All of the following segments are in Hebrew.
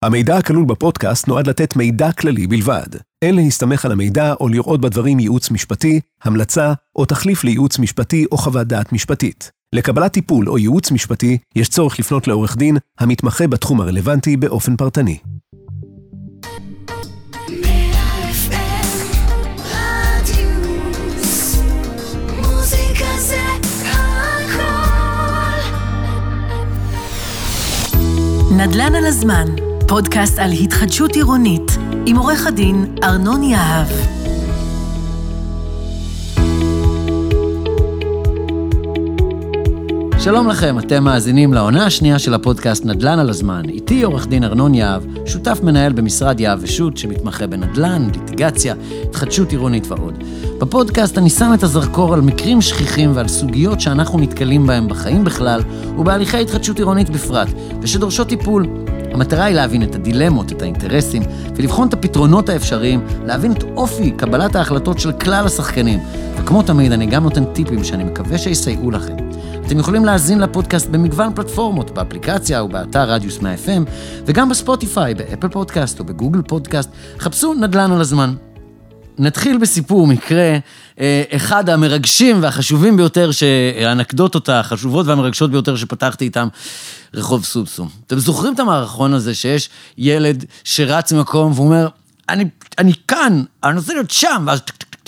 המידע הכלול בפודקאסט נועד לתת מידע כללי בלבד. אין להסתמך על המידע או לראות בדברים ייעוץ משפטי, המלצה או תחליף לייעוץ משפטי או חוות דעת משפטית. לקבלת טיפול או ייעוץ משפטי יש צורך לפנות לעורך דין המתמחה בתחום הרלוונטי באופן פרטני. נדל"ן על הזמן, פודקאסט על התחדשות עירונית, עם עורך הדין ארנון יהב. שלום לכם, אתם מאזינים לעונה השנייה של הפודקאסט נדל"ן על הזמן. איתי עורך דין ארנון יהב, שותף מנהל במשרד יהב ושות' שמתמחה בנדל"ן, ליטיגציה, התחדשות עירונית ועוד. בפודקאסט אני שם את הזרקור על מקרים שכיחים ועל סוגיות שאנחנו נתקלים בהם בחיים בכלל, ובהליכי התחדשות עירונית בפרט, ושדורשות טיפול. המטרה היא להבין את הדילמות, את האינטרסים, ולבחון את הפתרונות האפשריים, להבין את אופי קבלת ההחלטות של כלל השחקנים. וכמו תמיד, אני גם נותן טיפים שאני מקווה שיסייעו לכם. אתם יכולים להאזין לפודקאסט במגוון פלטפורמות, באפליקציה או באתר רדיוס 100 FM, וגם בספוטיפיי, באפל פודקאסט או בגוגל פודקאסט. חפשו נדל"ן על הזמן. נתחיל בסיפור מקרה, אחד המרגשים והחשובים ביותר, האנקדוטות החשובות והמרגשות ביותר שפתחתי איתם, רחוב סובסום. אתם זוכרים את המערכון הזה שיש ילד שרץ ממקום ואומר, אני כאן, אני רוצה להיות שם, ואז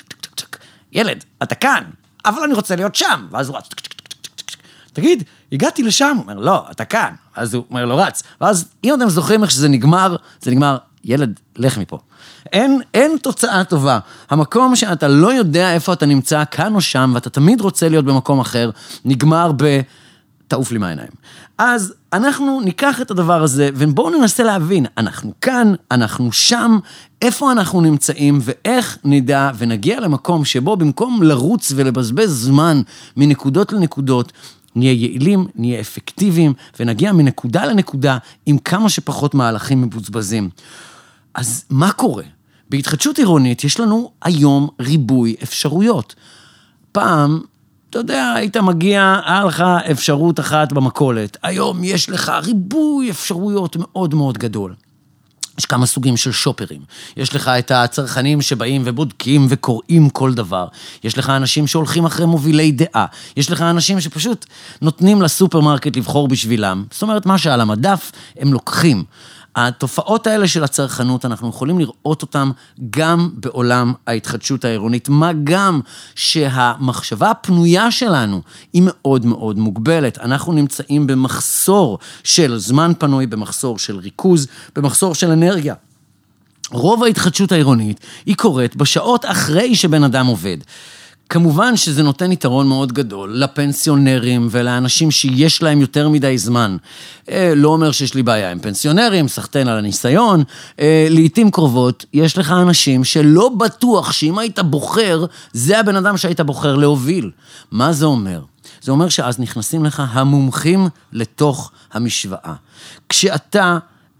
ילד, אתה כאן, אבל אני רוצה להיות שם, ואז הוא רץ, תגיד, הגעתי לשם, הוא אומר, לא, אתה כאן, אז הוא אומר לו, רץ, ואז אם אתם זוכרים איך שזה נגמר, זה נגמר, ילד, לך מפה. אין תוצאה טובה. המקום שאתה לא יודע איפה אתה נמצא, כאן או שם, ואתה תמיד רוצה להיות במקום אחר, נגמר תעוף לי מהעיניים. אז אנחנו ניקח את הדבר הזה, ובואו ננסה להבין, אנחנו כאן, אנחנו שם, איפה אנחנו נמצאים, ואיך נדע ונגיע למקום שבו במקום לרוץ ולבזבז זמן מנקודות לנקודות, נהיה יעילים, נהיה אפקטיביים, ונגיע מנקודה לנקודה עם כמה שפחות מהלכים מבוזבזים. אז מה קורה? בהתחדשות עירונית יש לנו היום ריבוי אפשרויות. פעם, אתה יודע, היית מגיע, היה לך אפשרות אחת במכולת. היום יש לך ריבוי אפשרויות מאוד מאוד גדול. יש כמה סוגים של שופרים. יש לך את הצרכנים שבאים ובודקים וקוראים כל דבר. יש לך אנשים שהולכים אחרי מובילי דעה. יש לך אנשים שפשוט נותנים לסופרמרקט לבחור בשבילם. זאת אומרת, מה שעל המדף הם לוקחים. התופעות האלה של הצרכנות, אנחנו יכולים לראות אותם גם בעולם ההתחדשות העירונית, מה גם שהמחשבה הפנויה שלנו היא מאוד מאוד מוגבלת. אנחנו נמצאים במחסור של זמן פנוי, במחסור של ריכוז, במחסור של אנרגיה. רוב ההתחדשות העירונית היא קורית בשעות אחרי שבן אדם עובד. כמובן שזה נותן יתרון מאוד גדול לפנסיונרים ולאנשים שיש להם יותר מדי זמן. לא אומר שיש לי בעיה עם פנסיונרים, סחטן על הניסיון. לעתים קרובות יש לך אנשים שלא בטוח שאם היית בוחר, זה הבן אדם שהיית בוחר להוביל. מה זה אומר? זה אומר שאז נכנסים לך המומחים לתוך המשוואה. כשאתה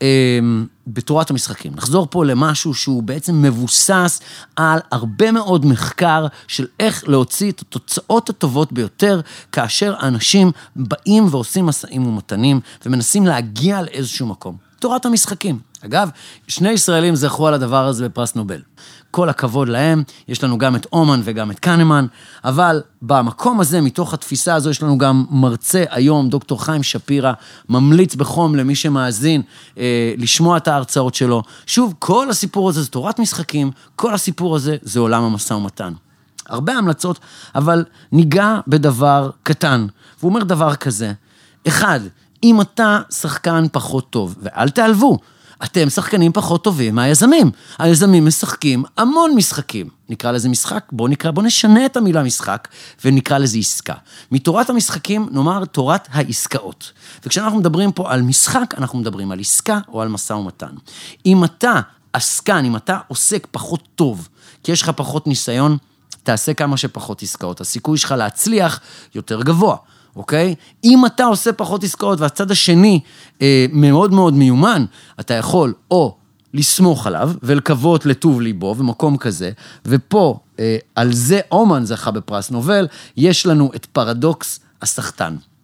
בתורת המשחקים. נחזור פה למשהו שהוא בעצם מבוסס על הרבה מאוד מחקר של איך להוציא את התוצאות הטובות ביותר, כאשר אנשים באים ועושים מסעים ומתנים, ומנסים להגיע לאיזשהו מקום. תורת המשחקים. אגב, שני ישראלים זכו על הדבר הזה בפרס נובל. כל הכבוד להם, יש לנו גם את אומן וגם את קנמן, אבל במקום הזה, מתוך התפיסה הזו, יש לנו גם מרצה היום, דוקטור חיים שפירא, ממליץ בחום למי שמאזין, לשמוע את ההרצאות שלו. שוב, כל הסיפור הזה זה תורת משחקים, כל הסיפור הזה זה עולם המשא ומתן. הרבה המלצות, אבל ניגע בדבר קטן, והוא אומר דבר כזה, אחד, אם אתה שחקן פחות טוב, ואל תעלבו, אתם שחקנים פחות טובים מהיזמים. היזמים משחקים המון משחקים. נקרא לזה משחק, בוא נשנה את המילה משחק, ונקרא לזה עסקה. מתורת המשחקים, נאמר תורת העסקאות. וכשאנחנו מדברים פה על משחק, אנחנו מדברים על עסקה או על משא ומתן. אם אתה עסקן, אם אתה עוסק פחות טוב, כי יש לך פחות ניסיון, תעשה כמה שפחות עסקאות. הסיכוי שלך להצליח יותר גבוה. אוקיי? אם אתה עושה פחות עסקאות והצד השני מאוד מאוד מיומן, אתה יכול או לסמוך עליו ולקוות לטוב ליבו ומקום כזה, ופה על זה אומן זכה בפרס נובל, יש לנו את פרדוקס הסחטן.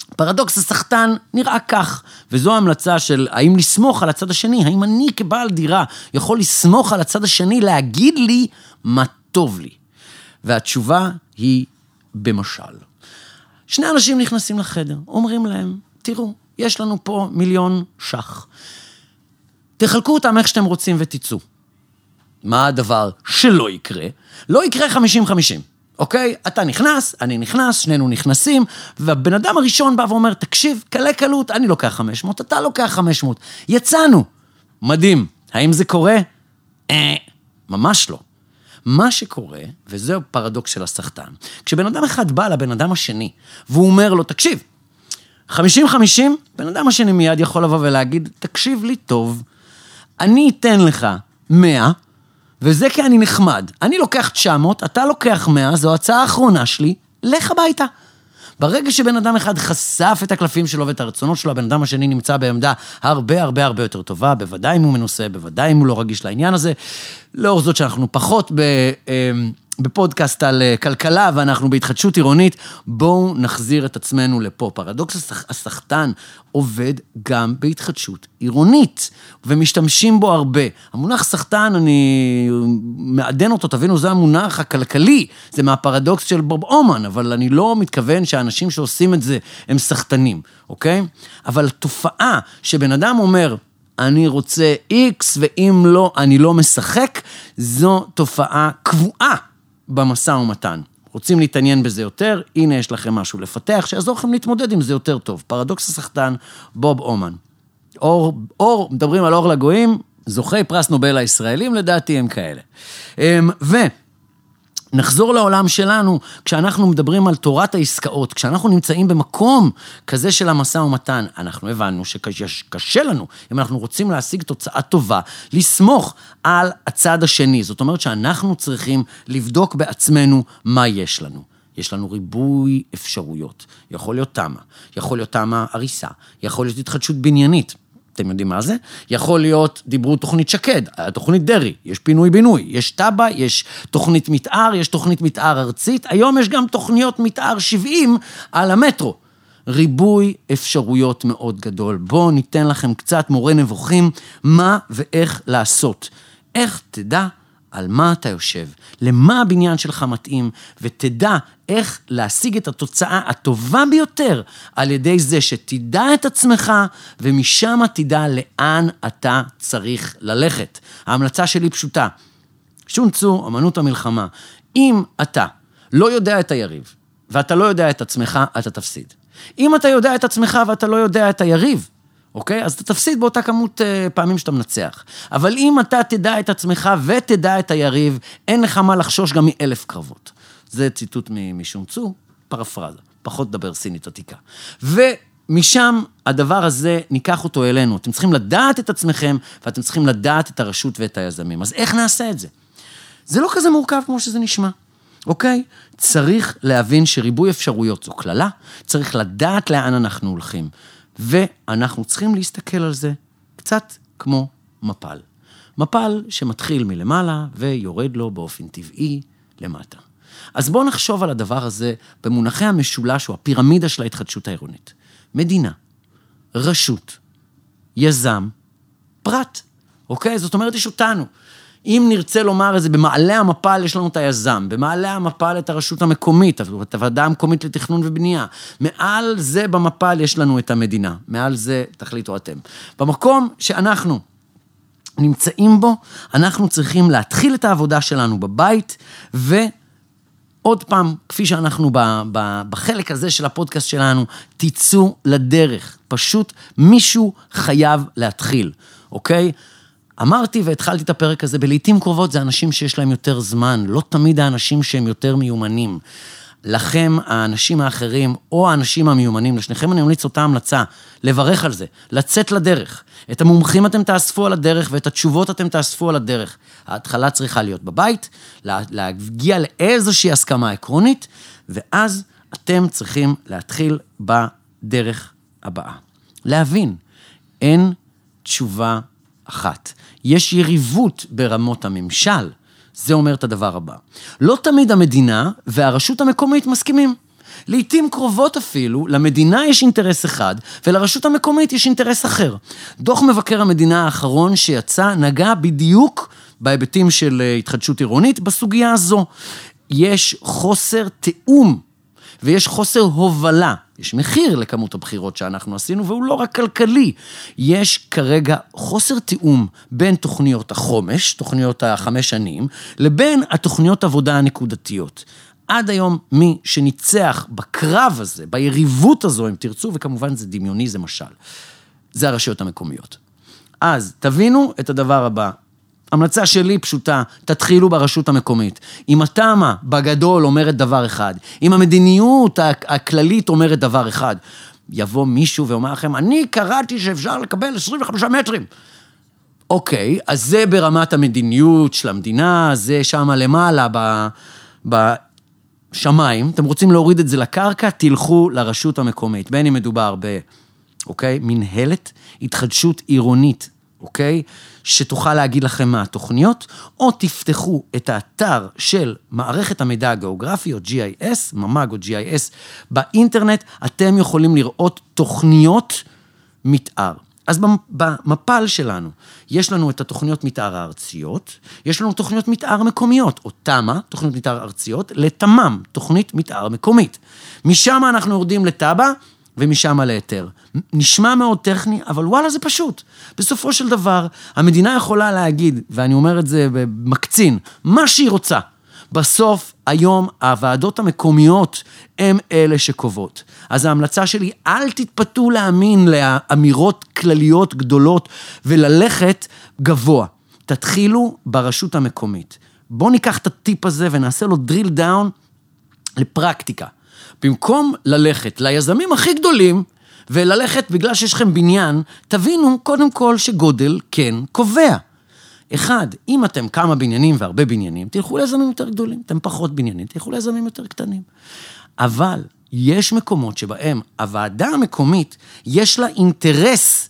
פרדוקס הסחטן נראה כך, וזו ההמלצה של האם לסמוך על הצד השני, האם אני כבעל דירה יכול לסמוך על הצד השני להגיד לי מה טוב לי. והתשובה היא במשל. שני אנשים נכנסים לחדר, אומרים להם, תראו, יש לנו פה 1,000,000 ש"ח. תחלקו אותם איך שאתם רוצים ותצאו. מה הדבר שלא יקרה? לא יקרה 50-50. אוקיי? אתה נכנס, אני נכנס, שנינו נכנסים, והבן אדם הראשון בא ואומר, תקשיב, קלה קלות, אני לוקח 500, אתה לוקח 500. יצאנו. מדהים. האם זה קורה? ממש לא. מה שקורה, וזהו פרדוקס של הסחטן, כשבן אדם אחד בא לבן אדם השני, והוא אומר לו, תקשיב, 50-50, בן אדם השני מיד יכול לבוא ולהגיד, תקשיב לי טוב, אני אתן לך 100, וזה כי אני נחמד. אני לוקח 900, אתה לוקח 100, זו הצעה האחרונה שלי, לך הביתה. ברגע שבן אדם אחד חשף את הקלפים שלו ואת הרצונות שלו, הבן אדם השני נמצא בעמדה הרבה הרבה הרבה יותר טובה, בוודאי אם הוא מנוסה, בוודאי אם הוא לא רגיש לעניין הזה. לאור זאת שאנחנו פחות בפודקאסט על כלכלה, ואנחנו בהתחדשות עירונית, בואו נחזיר את עצמנו לפה. פרדוקס הסחטן עובד גם בהתחדשות עירונית, ומשתמשים בו הרבה. המונח סחטן, אני מעדן אותו, תבינו, זה המונח הכלכלי, זה מהפרדוקס של בוב אומן, אבל אני לא מתכוון שהאנשים שעושים את זה הם סחטנים, אוקיי? אבל התופעה שבן אדם אומר, אני רוצה X, ואם לא, אני לא משחק, זו תופעה קבועה במשא ומתן. רוצים להתעניין בזה יותר? הנה יש לכם משהו לפתח, שיעזור לכם להתמודד עם זה יותר טוב. פרדוקס הסחטן, בוב אומן. אור, מדברים על אור לגויים, זוכי פרס נובל הישראלים, לדעתי הם כאלה. נחזור לעולם שלנו, כשאנחנו מדברים על תורת העסקאות, כשאנחנו נמצאים במקום כזה של המשא ומתן, אנחנו הבנו שקשה לנו, אם אנחנו רוצים להשיג תוצאה טובה, לסמוך על הצד השני. זאת אומרת שאנחנו צריכים לבדוק בעצמנו מה יש לנו. יש לנו ריבוי אפשרויות. יכול להיות תמה, יכול להיות תמה הריסה, יכול להיות התחדשות בניינית. אתם יודעים מה זה? יכול להיות, דיברו תוכנית שקד, תוכנית דרי, יש פינוי-בינוי, יש טאבה, יש תוכנית מתאר, יש תוכנית מתאר ארצית, היום יש גם תוכניות מתאר 70 על המטרו. ריבוי אפשרויות מאוד גדול. בואו ניתן לכם קצת מורה נבוכים, מה ואיך לעשות. איך תדע על מה אתה יושב, למה הבניין שלך מתאים, ותדע איך להשיג את התוצאה הטובה ביותר, על ידי זה שתדע את עצמך, ומשם תדע לאן אתה צריך ללכת. ההמלצה שלי פשוטה, שון צו, אמנות המלחמה, אם אתה לא יודע את היריב, ואתה לא יודע את עצמך, אתה תפסיד. אם אתה יודע את עצמך, ואתה לא יודע את היריב, אוקיי? אז אתה תפסיד באותה כמות פעמים שאתה מנצח. אבל אם אתה תדע את עצמך ותדע את היריב, אין לך מה לחשוש גם מ1,000 קרבות. זה ציטוט משון צו, פרפרזה, פחות דבר סינית עתיקה. ומשם הדבר הזה ניקח אותו אלינו. אתם צריכים לדעת את עצמכם, ואתם צריכים לדעת את הרשות ואת היזמים. אז איך נעשה את זה? זה לא כזה מורכב כמו שזה נשמע. אוקיי? צריך להבין שריבוי אפשרויות זו כללה, צריך לדעת לאן אנחנו הולכים. ואנחנו צריכים להסתכל על זה קצת כמו מפל. מפל שמתחיל מלמעלה ויורד לו באופן טבעי למטה. אז בואו נחשוב על הדבר הזה במונחי המשולש או הפירמידה של ההתחדשות העירונית. מדינה, רשות, יזם, פרט. אוקיי? זאת אומרת, יש אותנו. אם נרצה לומר את זה, במעלה המפל יש לנו את היזם, במעלה המפל את הרשות המקומית, את הוועדה המקומית לתכנון ובנייה, מעל זה במפל יש לנו את המדינה, מעל זה תחליטו אתם. במקום שאנחנו נמצאים בו, אנחנו צריכים להתחיל את העבודה שלנו בבית, ועוד פעם, כפי שאנחנו בחלק הזה של הפודקאסט שלנו, תצאו לדרך, פשוט מישהו חייב להתחיל, אוקיי? אמרתי והתחלתי את הפרק הזה, בלעיתים קרובות זה אנשים שיש להם יותר זמן, לא תמיד האנשים שהם יותר מיומנים. לכם, האנשים האחרים, או האנשים המיומנים, לשניכם אני ממליץ אותה המלצה, לברך על זה, לצאת לדרך. את המומחים אתם תאספו על הדרך, ואת התשובות אתם תאספו על הדרך. ההתחלה צריכה להיות בבית, להגיע לאיזושהי הסכמה עקרונית, ואז אתם צריכים להתחיל בדרך הבאה. להבין, אין תשובה אחת. יש יריבות ברמות הממשל. זה אומר את הדבר הבא. לא תמיד המדינה והרשות המקומית מסכימים. לעתים קרובות אפילו, למדינה יש אינטרס אחד, ולרשות המקומית יש אינטרס אחר. דוח מבקר המדינה האחרון שיצא נגע בדיוק בהיבטים של התחדשות עירונית בסוגיה הזו. יש חוסר תיאום, ויש חוסר הובלה. יש מחיר לכמות הבחירות שאנחנו עשינו, והוא לא רק כלכלי. יש כרגע חוסר תיאום בין תוכניות החומש, תוכניות 5 שנים, לבין התוכניות עבודה הנקודתיות. עד היום מי שניצח בקרב הזה, ביריבות הזו, אם תרצו, וכמובן זה דמיוני, זה משל. זה הרשויות המקומיות. אז תבינו את הדבר הבא. המלצה שלי פשוטה, תתחילו ברשות המקומית. אם התמה בגדול אומרת דבר אחד, אם המדיניות הכללית אומרת דבר אחד, יבוא מישהו ואומר לכם, אני קראתי שאפשר לקבל 25 מטרים. אוקיי, אז זה ברמת המדיניות של המדינה, זה שם למעלה בשמיים, אתם רוצים להוריד את זה לקרקע, תלכו לרשות המקומית. בין אם מדובר מנהלת התחדשות עירונית, שתוכל להגיד לכם מה התוכניות, או תפתחו את האתר של מערכת המידע הגיאוגרפי, או GIS, ממ"ג או GIS, באינטרנט, אתם יכולים לראות תוכניות מתאר. אז במפל שלנו, יש לנו את התוכניות מתאר הארציות, יש לנו תוכניות מתאר מקומיות, או תמה, תוכניות מתאר ארציות, לתמם, תוכנית מתאר מקומית. משם אנחנו יורדים לטאבה, ומשם להיתר. נשמע מאוד טכני, אבל וואלה זה פשוט. בסופו של דבר, המדינה יכולה להגיד, ואני אומר את זה במקצין, מה שהיא רוצה. בסוף, היום, הוועדות המקומיות הם אלה שקובעות. אז ההמלצה שלי, אל תתפתו להאמין לאמירות כלליות גדולות, וללכת גבוה. תתחילו ברשות המקומית. בואו ניקח את הטיפ הזה, ונעשה לו drill down לפרקטיקה. במקום ללכת ליזמים הכי גדולים, וללכת בגלל שיש לכם בניין, תבינו קודם כל שגודל כן קובע. אחד, אם אתם כמה בניינים והרבה בניינים, תלכו ליזמים יותר גדולים, אתם פחות בניינים, תלכו ליזמים יותר קטנים. אבל יש מקומות שבהם הוועדה המקומית, יש לה אינטרס,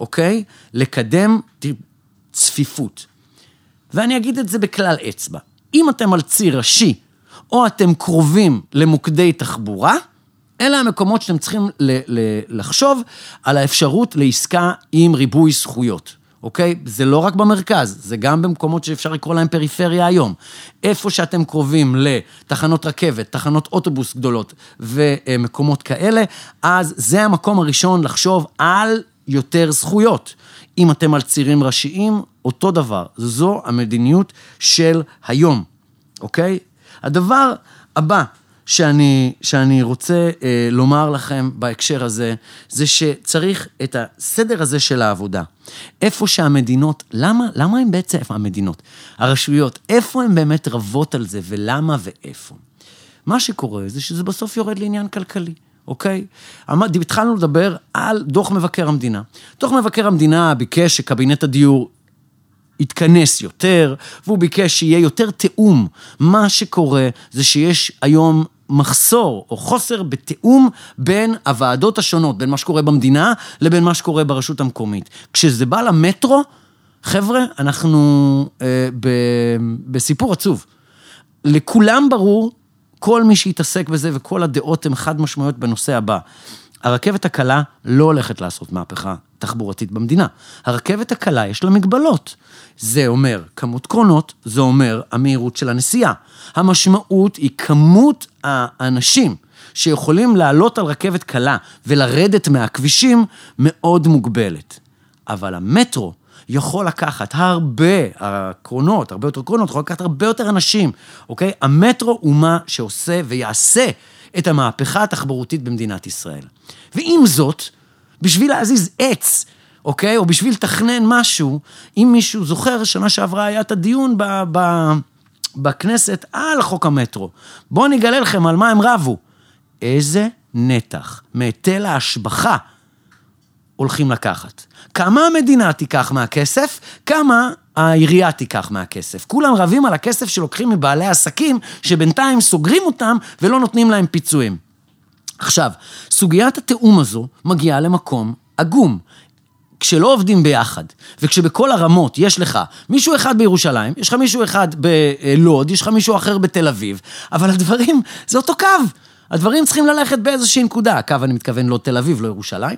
לקדם צפיפות. ואני אגיד את זה בכלל אצבע. אם אתם על ציר ראשי, או אתם קרובים למוקדי תחבורה, אלה המקומות שאתם צריכים לחשוב על האפשרות לעסקה עם ריבוי זכויות. זה לא רק במרכז, זה גם במקומות שאפשר לקרוא להם פריפריה היום. איפה שאתם קרובים לתחנות רכבת, תחנות אוטובוס גדולות ומקומות כאלה, אז זה המקום הראשון לחשוב על יותר זכויות. אם אתם על צירים ראשיים, אותו דבר. זו המדיניות של היום. הדבר הבא שאני רוצה לומר לכם בהקשר הזה, זה שצריך את הסדר הזה של העבודה. איפה שהמדינות, למה הם בעצם, איפה המדינות? הרשויות, איפה הם באמת רבות על זה, ולמה ואיפה? מה שקורה זה שזה בסוף יורד לעניין כלכלי, התחלנו לדבר על דוח מבקר המדינה. דוח מבקר המדינה ביקש שקבינט הדיור יתכנס יותר, והוא ביקש שיהיה יותר תיאום. מה שקורה זה שיש היום מחסור או חוסר בתיאום בין הוועדות השונות, בין מה שקורה במדינה לבין מה שקורה ברשות המקומית. כשזה בא למטרו, חבר'ה, אנחנו בסיפור עצוב. לכולם ברור, כל מי שיתעסק בזה וכל הדעות הן חד משמעיות בנושא הבא. הרכבת הקלה לא הולכת לעשות מהפכה תחבורתית במדינה. הרכבת הקלה יש לה מגבלות. זה אומר כמות קרונות, זה אומר המהירות של הנסיעה. המשמעות היא כמות האנשים שיכולים לעלות על רכבת קלה ולרדת מהכבישים מאוד מוגבלת. אבל המטרו יכול לקחת הרבה קרונות, הרבה יותר קרונות, יכול לקחת הרבה יותר אנשים. המטרו הוא מה שעושה ויעשה את המהפכה התחבורתית במדינת ישראל. ועם זאת, בשביל להזיז עץ, או בשביל לתכנן משהו, אם מישהו זוכר, שנה שעברה היה את הדיון בכנסת על חוק המטרו. בואו נגלה לכם על מה הם רבו. איזה נתח מהיטל ההשבחה הולכים לקחת. כמה המדינה תיקח מהכסף, כמה העירייה תיקח מהכסף. כולם רבים על הכסף שלוקחים מבעלי עסקים, שבינתיים סוגרים אותם ולא נותנים להם פיצויים. עכשיו, סוגיית התאום הזו מגיעה למקום עגום. כשלא עובדים ביחד, וכשבכל הרמות יש לך מישהו אחד בירושלים, יש לך מישהו אחד בלוד, יש לך מישהו אחר בתל אביב, אבל הדברים זה אותו קו. הדברים צריכים ללכת באיזושהי נקודה, הקו אני מתכוון לא תל אביב, לא ירושלים,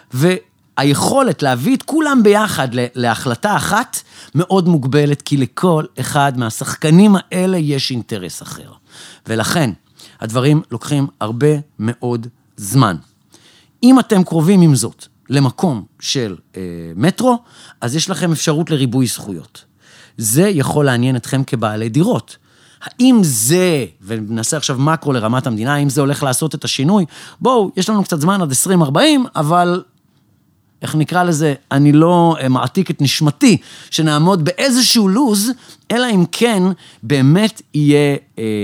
והיכולת להביא את כולם ביחד להחלטה אחת מאוד מוגבלת, כי לכל אחד מהשחקנים האלה יש אינטרס אחר. ולכן, הדברים לוקחים הרבה מאוד זמן. אם אתם קרובים עם זאת למקום של מטרו, אז יש לכם אפשרות לריבוי זכויות. זה יכול לעניין אתכם כבעלי דירות. האם זה, וננסה עכשיו מקרו לרמת המדינה, האם זה הולך לעשות את השינוי? בואו, יש לנו קצת זמן עד 2040, אבל איך נקרא לזה? אני לא מעתיק את נשמתי, שנעמוד באיזשהו לוז, אלא אם כן באמת יהיה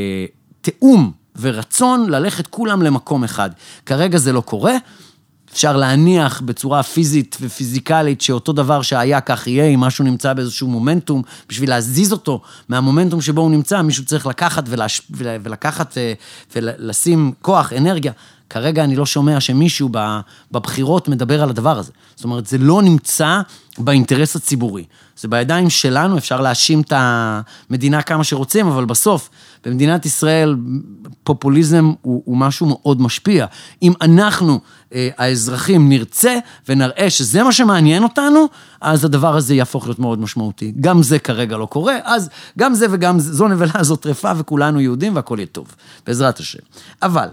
תאום ורצון ללכת כולם למקום אחד. כרגע זה לא קורה, אפשר להניח בצורה פיזית ופיזיקלית שאותו דבר שהיה כך יהיה, אם משהו נמצא באיזשהו מומנטום, בשביל להזיז אותו מהמומנטום שבו הוא נמצא, מישהו צריך לקחת ולקחת ולשים כוח, אנרגיה. כרגע אני לא שומע שמישהו בבחירות מדבר על הדבר הזה. זאת אומרת, זה לא נמצא באינטרס הציבורי. זה בידיים שלנו, אפשר להאשים את המדינה כמה שרוצים, אבל בסוף, במדינת ישראל, פופוליזם הוא משהו מאוד משפיע. אם אנחנו, האזרחים, נרצה ונראה שזה מה שמעניין אותנו, אז הדבר הזה יהפוך להיות מאוד משמעותי. גם זה כרגע לא קורה, אז גם זה וגם זו נבלה, זו טרפה, וכולנו יהודים והכל יהיה טוב, בעזרת השם. אבל,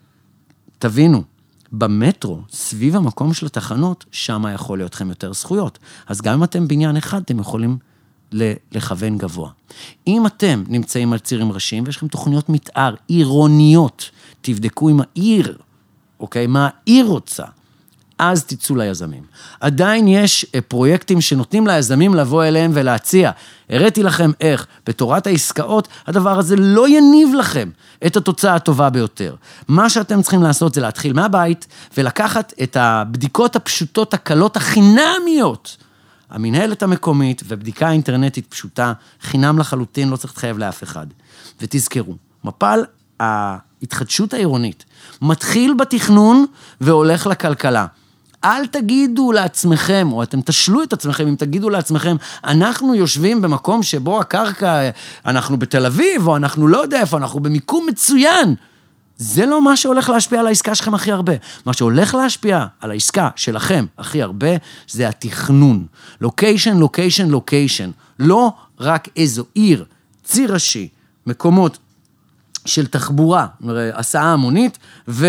תבינו, במטרו, סביב המקום של התחנות, שם יכול להיות לכם יותר זכויות. אז גם אם אתם בניין אחד, אתם יכולים לכוון גבוה. אם אתם נמצאים על צירים ראשיים, ויש לכם תוכניות מתאר עירוניות, תבדקו עם העיר, אוקיי? מה העיר רוצה? אז תצאו ליזמים. עדיין יש פרויקטים שנותנים ליזמים לבוא אליהם ולהציע. הראיתי לכם איך, בתורת העסקאות, הדבר הזה לא יניב לכם את התוצאה הטובה ביותר. מה שאתם צריכים לעשות זה להתחיל מהבית, ולקחת את הבדיקות הפשוטות, הקלות, החינמיות, המנהלת המקומית, ובדיקה אינטרנטית פשוטה, חינם לחלוטין, לא צריך להתחייב לאף אחד. ותזכרו, מפל ההתחדשות העירונית, מתחיל בתכנון והולך לכלכלה. אל תגידו לעצמכם, או אתם תשלו את עצמכם, אם תגידו לעצמכם, אנחנו יושבים במקום שבו הקרקע, אנחנו בתל אביב, או אנחנו לא יודע איפה, אנחנו במיקום מצוין. זה לא מה שהולך להשפיע על העסקה שלכם הכי הרבה. מה שהולך להשפיע על העסקה שלכם הכי הרבה, זה התכנון. לוקיישן, לוקיישן, לוקיישן. לא רק איזו עיר, ציר ראשי, מקומות של תחבורה, הסעה המונית,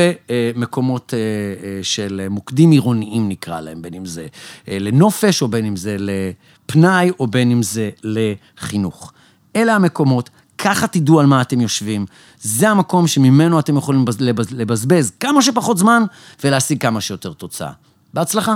ומקומות של מוקדים עירוניים נקרא להם, בין אם זה לנופש, או בין אם זה לפנאי, או בין אם זה לחינוך. אלה המקומות, ככה תדעו על מה אתם יושבים, זה המקום שממנו אתם יכולים לבזבז כמה שפחות זמן, ולהשיג כמה שיותר תוצאה. בהצלחה.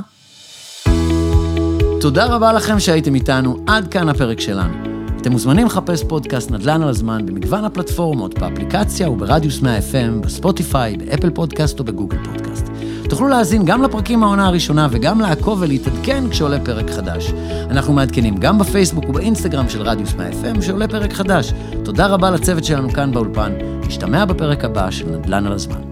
תודה רבה לכם שהייתם איתנו, עד כאן הפרק שלנו. אתם מוזמנים לחפש פודקאסט נדל"ן על הזמן במגוון הפלטפורמות, באפליקציה וברדיוס 100 FM, בספוטיפיי, באפל פודקאסט או בגוגל פודקאסט. תוכלו להאזין גם לפרקים העונה הראשונה וגם לעקוב ולהתעדכן כשעולה פרק חדש. אנחנו מעדכנים גם בפייסבוק ובאינסטגרם של רדיוס 100 FM שעולה פרק חדש. תודה רבה לצוות שלנו כאן באולפן. נשתמע בפרק הבא של נדל"ן על הזמן.